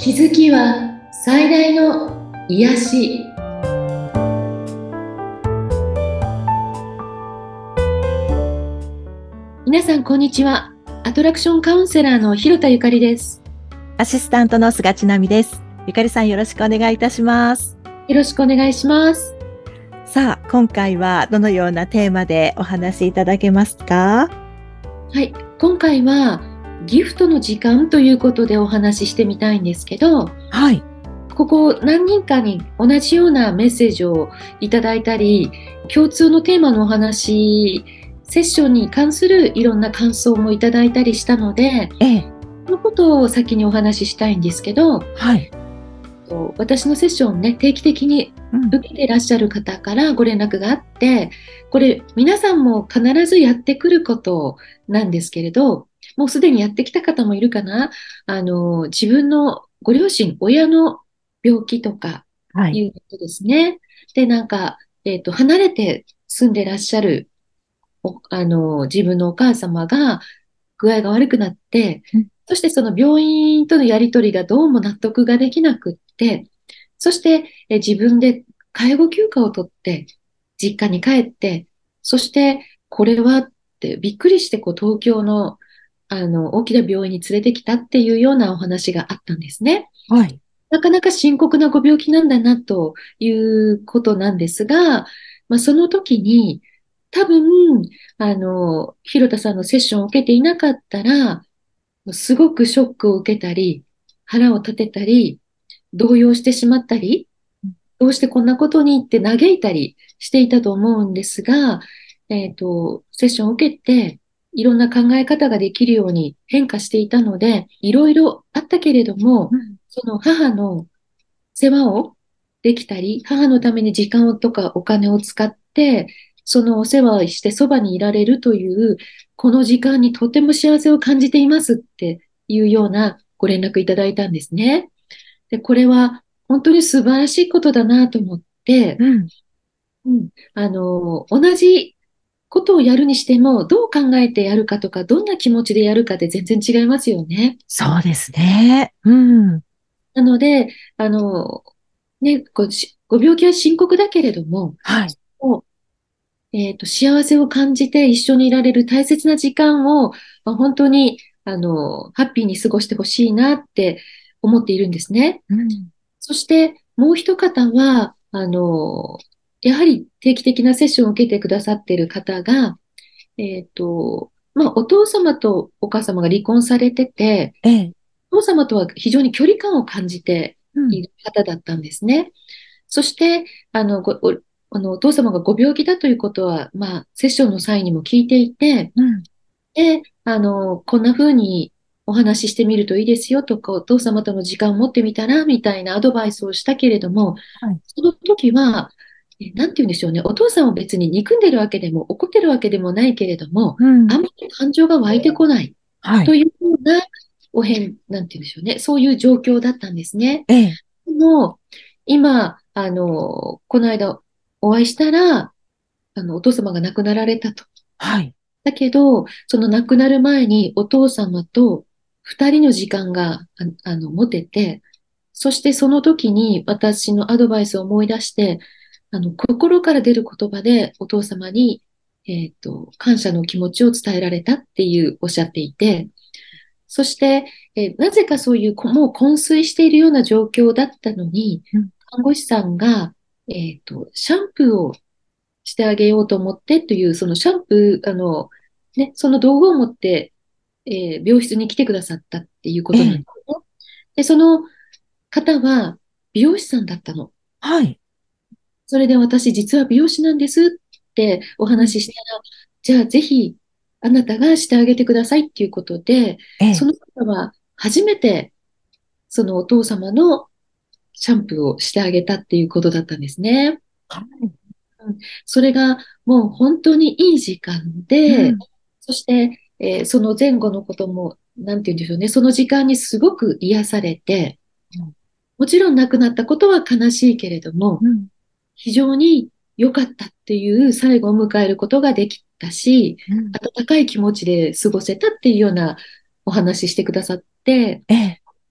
気づきは最大の癒し。皆さんこんにちは。アトラクションカウンセラーの広田ゆかりです。 アシスタントの菅千奈美です。ゆかりさん、よろしくお願いいたします。 よろしくお願いします。 さあ、今回はどのようなテーマでお話しいただけますか？ はい、今回はギフトの時間ということでお話ししてみたいんですけど、 はい。 ここ何人かに同じようなメッセージをいただいたり、共通のテーマのお話、セッションに関するいろんな感想もいただいたりしたので、 ええ。 そのことを先にお話ししたいんですけど、 はい。 私のセッションをね、定期的にうん。 受けていらっしゃる方からご連絡があって、これ皆さんも必ずやってくることなんですけれど、もうすでにやってきた方もいるかな。自分のご両親、親の病気とかはい。 いうことですね。で、離れて住んでらっしゃる自分のお母様が具合が悪くなって、 うん。 そしてその病院とのやり取りがどうも納得ができなくって、そして自分で介護休暇を取って、実家に帰って、そしてこれはってびっくりして東京の大きな病院に連れてきたっていうようなお話があったんですね。 はい。 なかなか深刻なご病気なんだなということなんですが、その時に多分、広田さんのセッションを受けていなかったら、すごくショックを受けたり、腹を立てたり、動揺してしまったり、どうしてこんなことにって嘆いたりしていたと思うんですが、セッションを受けて、いろんな考え方ができるように変化していたので、いろいろあったけれども、 うん。 その母の世話をできたり、母のために時間をとかお金を使って、そのお世話をしてそばにいられるという、この時間にとても幸せを感じていますっていうようなご連絡いただいたんですね。で、これは本当に素晴らしいことだなと思って、 うん。 同じことをやるにしても、どう考えてやるかとか、どんな気持ちでやるかで全然違いますよね。 そうですね。うん。 なので、ご病気は深刻だけれども、 はい。 もう幸せを感じて一緒にいられる大切な時間を、本当に、ハッピーに過ごしてほしいなって思っているんですね。 うん。 そして、もう一方は、やはり定期的なセッションを受けてくださっている方が、お父様とお母様が離婚されてて、 ええ。 お父様とは非常に距離感を感じてうん。 いる方だったんですね。そして、あの、ご、お、お父様がご病気だということは、セッションの際にも聞いていて、 うん。 で、こんな風にお話ししてみるといいですよとか、お父様との時間を持ってみたら、みたいなアドバイスをしたけれども、 はい。 その時は、なんて言うんでしょうね、お父さんは別に憎んでるわけでも怒ってるわけでもないけれども、 うん。 あんまり感情が湧いてこないはい。 というようななんて言うんでしょうね、そういう状況だったんですね。 ええ。 でも、今、この間お会いしたら、お父様が亡くなられたと。 はい。 だけど、その亡くなる前にお父様と二人の時間が、持てて、そしてその時に私のアドバイスを思い出して、心から出る言葉でお父様に、感謝の気持ちを伝えられたっていうおっしゃっていて、そして、なぜかそういうもう昏睡しているような状況だったのに、 うん。 看護師さんが、シャンプーをしてあげようと思ってという、そのシャンプー、その道具を持って、病室に来てくださったっていうことなんでええ。 すね。で、その方は美容師さんだったの。 はい。 それで私実は美容師なんですっておうん。 話ししたら、じゃあぜひあなたがしてあげてくださいっていうことで、 ええ。 その方は初めてそのお父様のシャンプーをしてあげたっていうことだったんですね。 はい。 うん、それがもう本当にいい時間で、 うん。 そして、その前後のことも、なんて言うんでしょうね、その時間にすごく癒されて、もちろん亡くなったことは悲しいけれども、 うん。 非常に良かったっていう最後を迎えることができたし、 うん。 温かい気持ちで過ごせたっていうようなお話ししてくださって、 ええ。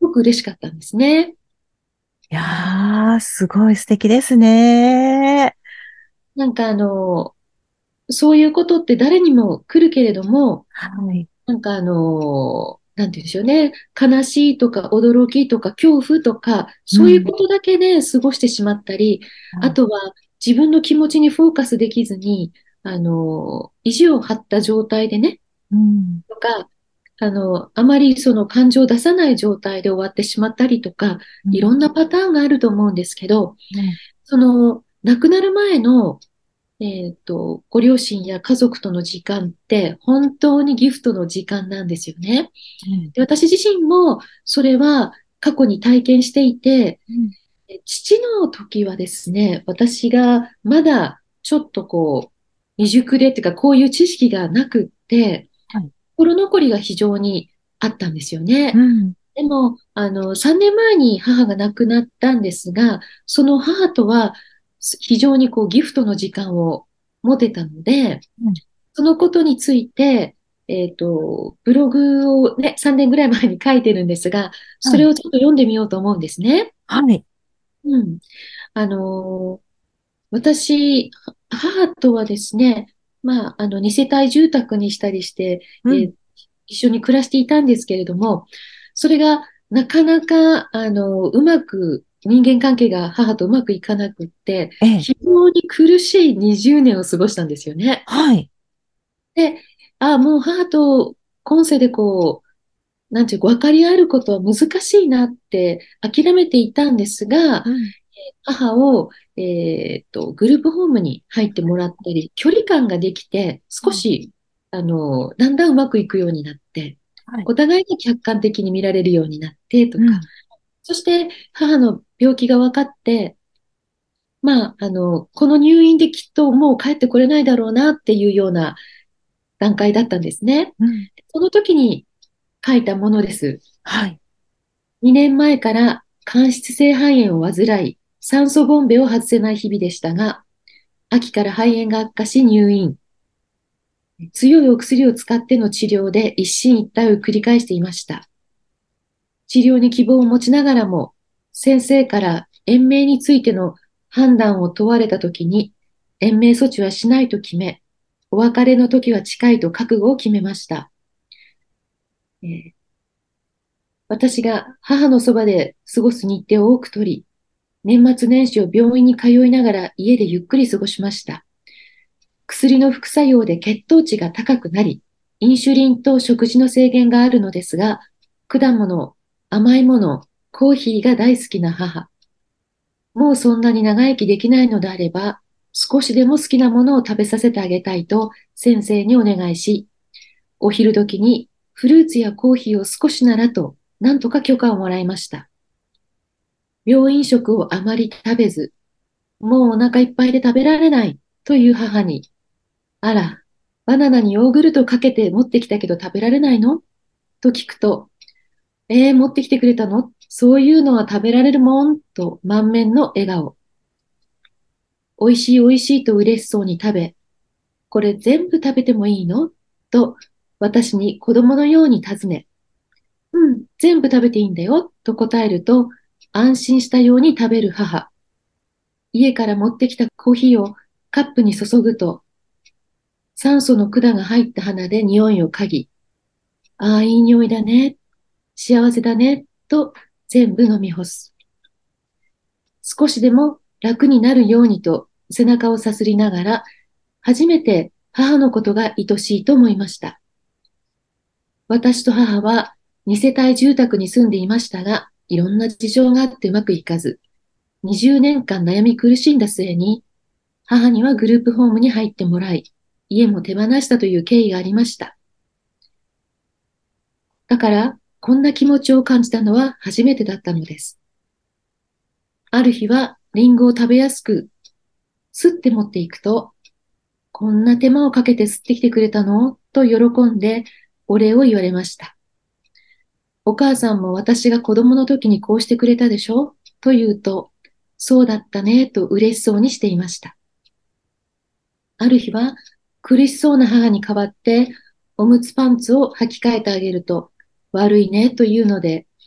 ごく嬉しかったんですね。 いやー、すごい素敵ですね。 なんかそういうことって誰にも来るけれども、 はい。 なんかなんて言うんでしょうね。悲しいとか驚きとか恐怖とか、そういううん。 ことだけで過ごしてしまったり、 はい。 あとは自分の気持ちにフォーカスできずに、意地を張った状態でね、 うん。 とか、あまりその感情を出さない状態で終わってしまったりとか、 うん。 いろんなパターンがあると思うんですけど、 ね。 亡くなる前のご両親や家族との時間って本当にギフトの時間なんですよね。 うん。 で、私自身もそれは過去に体験していて、 うん。 父の時はですね、私がまだちょっと未熟でっていうか、こういう知識がなくって、 はい。 心残りが非常にあったんですよね。 うん。 でも、3年前に母が亡くなったんですが、その母とは非常にギフトの時間を持てたので、 うん。 そのことについて、ブログをね、3年ぐらい前に書いてるんですが、そはい。 れをちょっと読んでみようと思うんですね。 はい。 うん。あの、私、母とはですね、二世帯住宅にしたりして、 うん。 一緒に暮らしていたんですけれども、それがなかなか、うまく、人間関係が母とうまくいかなくって、 ええ。 非常に苦しい20年を過ごしたんですよね。 はい。 で、もう母と今世でなんていうか、分かり合えることは難しいなって諦めていたんですが、 うん。 母を、グループホームに入ってもらったり、距離感ができて、 うん。 少し、だんだんうまくいくようになって、 はい。 お互いに客観的に見られるようになってとか、 うん。 そして母の病気が分かって、この入院できっともう帰ってこれないだろうなっていうような段階だったんですね。 うん。 その時に書いたものです。 はい。 2年前から間質性肺炎を患い、酸素ボンベを外せない日々でしたが、秋から肺炎が悪化し入院。強いお薬を使っての治療で一進一退を繰り返していました。治療に希望を持ちながらも、先生から延命についての判断を問われたときに、延命措置はしないと決め、お別れの時は近いと覚悟を決めました。えー私が母のそばで過ごす日程を多く取り、年末年始を病院に通いながら家でゆっくり過ごしました。薬の副作用で血糖値が高くなり、インシュリンと食事の制限があるのですが、果物、甘いもの、コーヒーが大好きな母。もうそんなに長生きできないのであれば、少しでも好きなものを食べさせてあげたいと先生にお願いし、お昼時にフルーツやコーヒーを少しならと、なんとか許可をもらいました。病院食をあまり食べず、もうお腹いっぱいで食べられないという母に、あら、バナナにヨーグルトかけて持ってきたけど食べられないのと聞くと、持ってきてくれたのそういうのは食べられるもんと満面の笑顔。美味しい美味しいと嬉しそうに食べ、これ全部食べてもいいのと私に子供のように尋ね、うん、全部食べていいんだよと答えると、安心したように食べる母。家から持ってきたコーヒーをカップに注ぐと、酸素の管が入った鼻で匂いを嗅ぎ、ああ、いい匂いだね、幸せだね、と全部飲み干す。少しでも楽になるようにと背中をさすりながら、初めて母のことが愛しいと思いました。私と母は二世帯住宅に住んでいましたが、いろんな事情があってうまくいかず、20年間悩み苦しんだ末に、母にはグループホームに入ってもらい、家も手放したという経緯がありました。だから、こんな気持ちを感じたのは初めてだったのです。ある日は、リンゴを食べやすく、すって持っていくと、こんな手間をかけて吸ってきてくれたのと喜んで、お礼を言われました。お母さんも私が子供の時にこうしてくれたでしょと言うと、そうだったねと嬉しそうにしていました。ある日は、苦しそうな母に代わって、おむつパンツを履き替えてあげると、悪いねというので、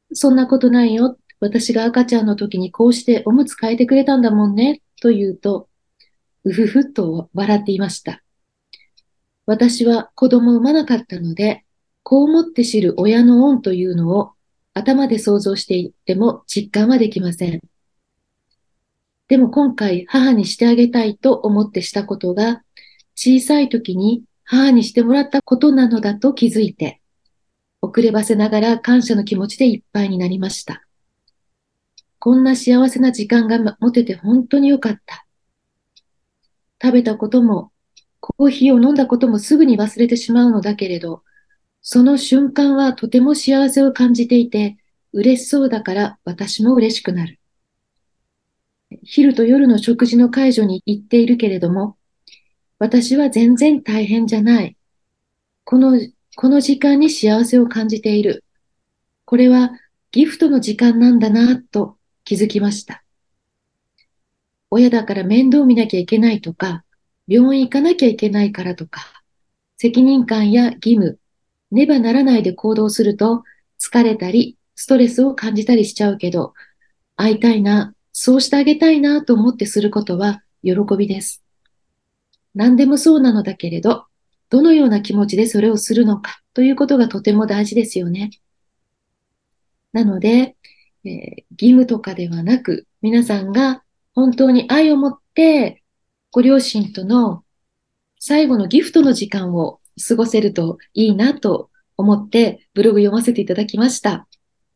そんなことないよ。私が赤ちゃんの時にこうしておむつ替えてくれたんだもんね。と言うと、うふふと笑っていました。私は子供を産まなかったので、こう思って知る親の恩というのを頭で想像していても実感はできません。でも今回母にしてあげたいと思ってしたことが、小さい時に母にしてもらったことなのだと気づいて、遅ればせながら感謝の気持ちでいっぱいになりました。こんな幸せな時間が持てて本当によかった。食べたことも、コーヒーを飲んだこともすぐに忘れてしまうのだけれど、その瞬間はとても幸せを感じていて、嬉しそうだから私も嬉しくなる。昼と夜の食事の介助に行っているけれども、私は全然大変じゃない。この、この時間に幸せを感じている。これはギフトの時間なんだな、と気づきました。親だから面倒見なきゃいけないとか、病院行かなきゃいけないからとか、責任感や義務、ねばならないで行動すると疲れたり、ストレスを感じたりしちゃうけど、会いたいな、そうしてあげたいなと思ってすることは喜びです。何でもそうなのだけれど、どのような気持ちでそれをするのかということがとても大事ですよね。なので、義務とかではなく、皆さんが本当に愛を持ってご両親との最後のギフトの時間を過ごせるといいなと思ってブログ読ませていただきました。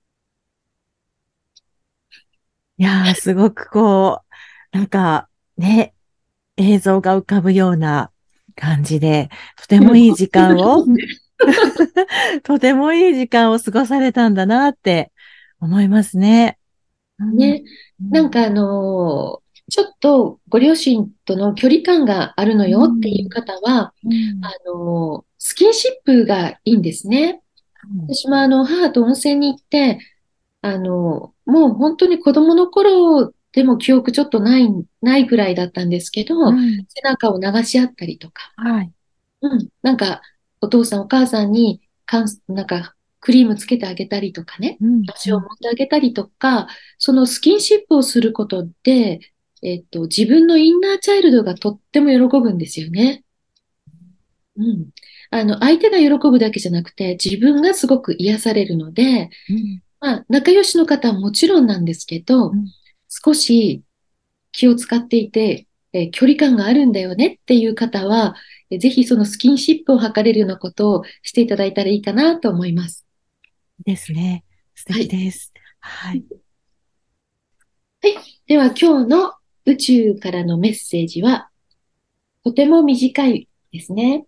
いやー、すごくなんかね、映像が浮かぶような感じで、とていや、本もいい時当に間を、 そうですね。 とてもいい時間を過ごされたんだなって思いますね。うん。 ね。 うん。 なんかちょっとご両親との距離感があるのうよっていうん。 方は、 うん。 スキンシップがいいんですね。私も母と温泉に行って、もう本当に子供の頃でも記憶ちょっとないぐらいだったんですけど、 うん。 背中を流し合ったりとか、 はい。 なんか、お父さんお母さんに、なんか、クリームつけてあげたりとかね、 うん。うん。 足を持ってあげたりとか、そのスキンシップをすることで、自分のインナーチャイルドがとっても喜ぶんですよね。うん。相手が喜ぶだけじゃなくて、自分がすごく癒されるので、 うん。 まあ、仲良しの方はもちろんなんですけど、 うん。 少し気を使っていて、距離感があるんだよねっていう方は、ぜひそのスキンシップを図れるようなことをしていただいたらいいかなと思います。 ですね。素はい。 敵です。はい。 はい。では今日の宇宙からのメッセージは、とても短いですね。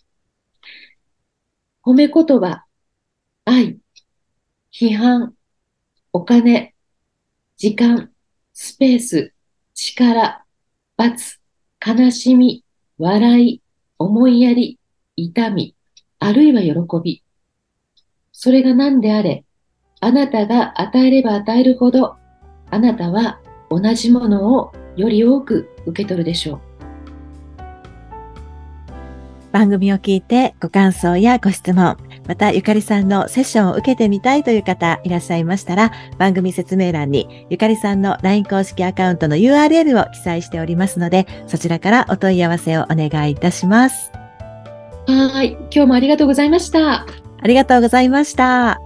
褒め言葉、愛、批判、お金、時間、スペース、力、罰、悲しみ、笑い、思いやり、痛み、あるいは喜び。それが何であれ、あなたが与えれば与えるほど、あなたは同じものをより多く受け取るでしょう。 番組を聞いてご感想やご質問、またゆかりさんのセッションを受けてみたいという方いらっしゃいましたら、番組説明欄にゆかりさんの LINE 公式アカウントの URL を記載しておりますので、そちらからお問い合わせをお願いいたします。 はい。今日もありがとうございました。 ありがとうございました。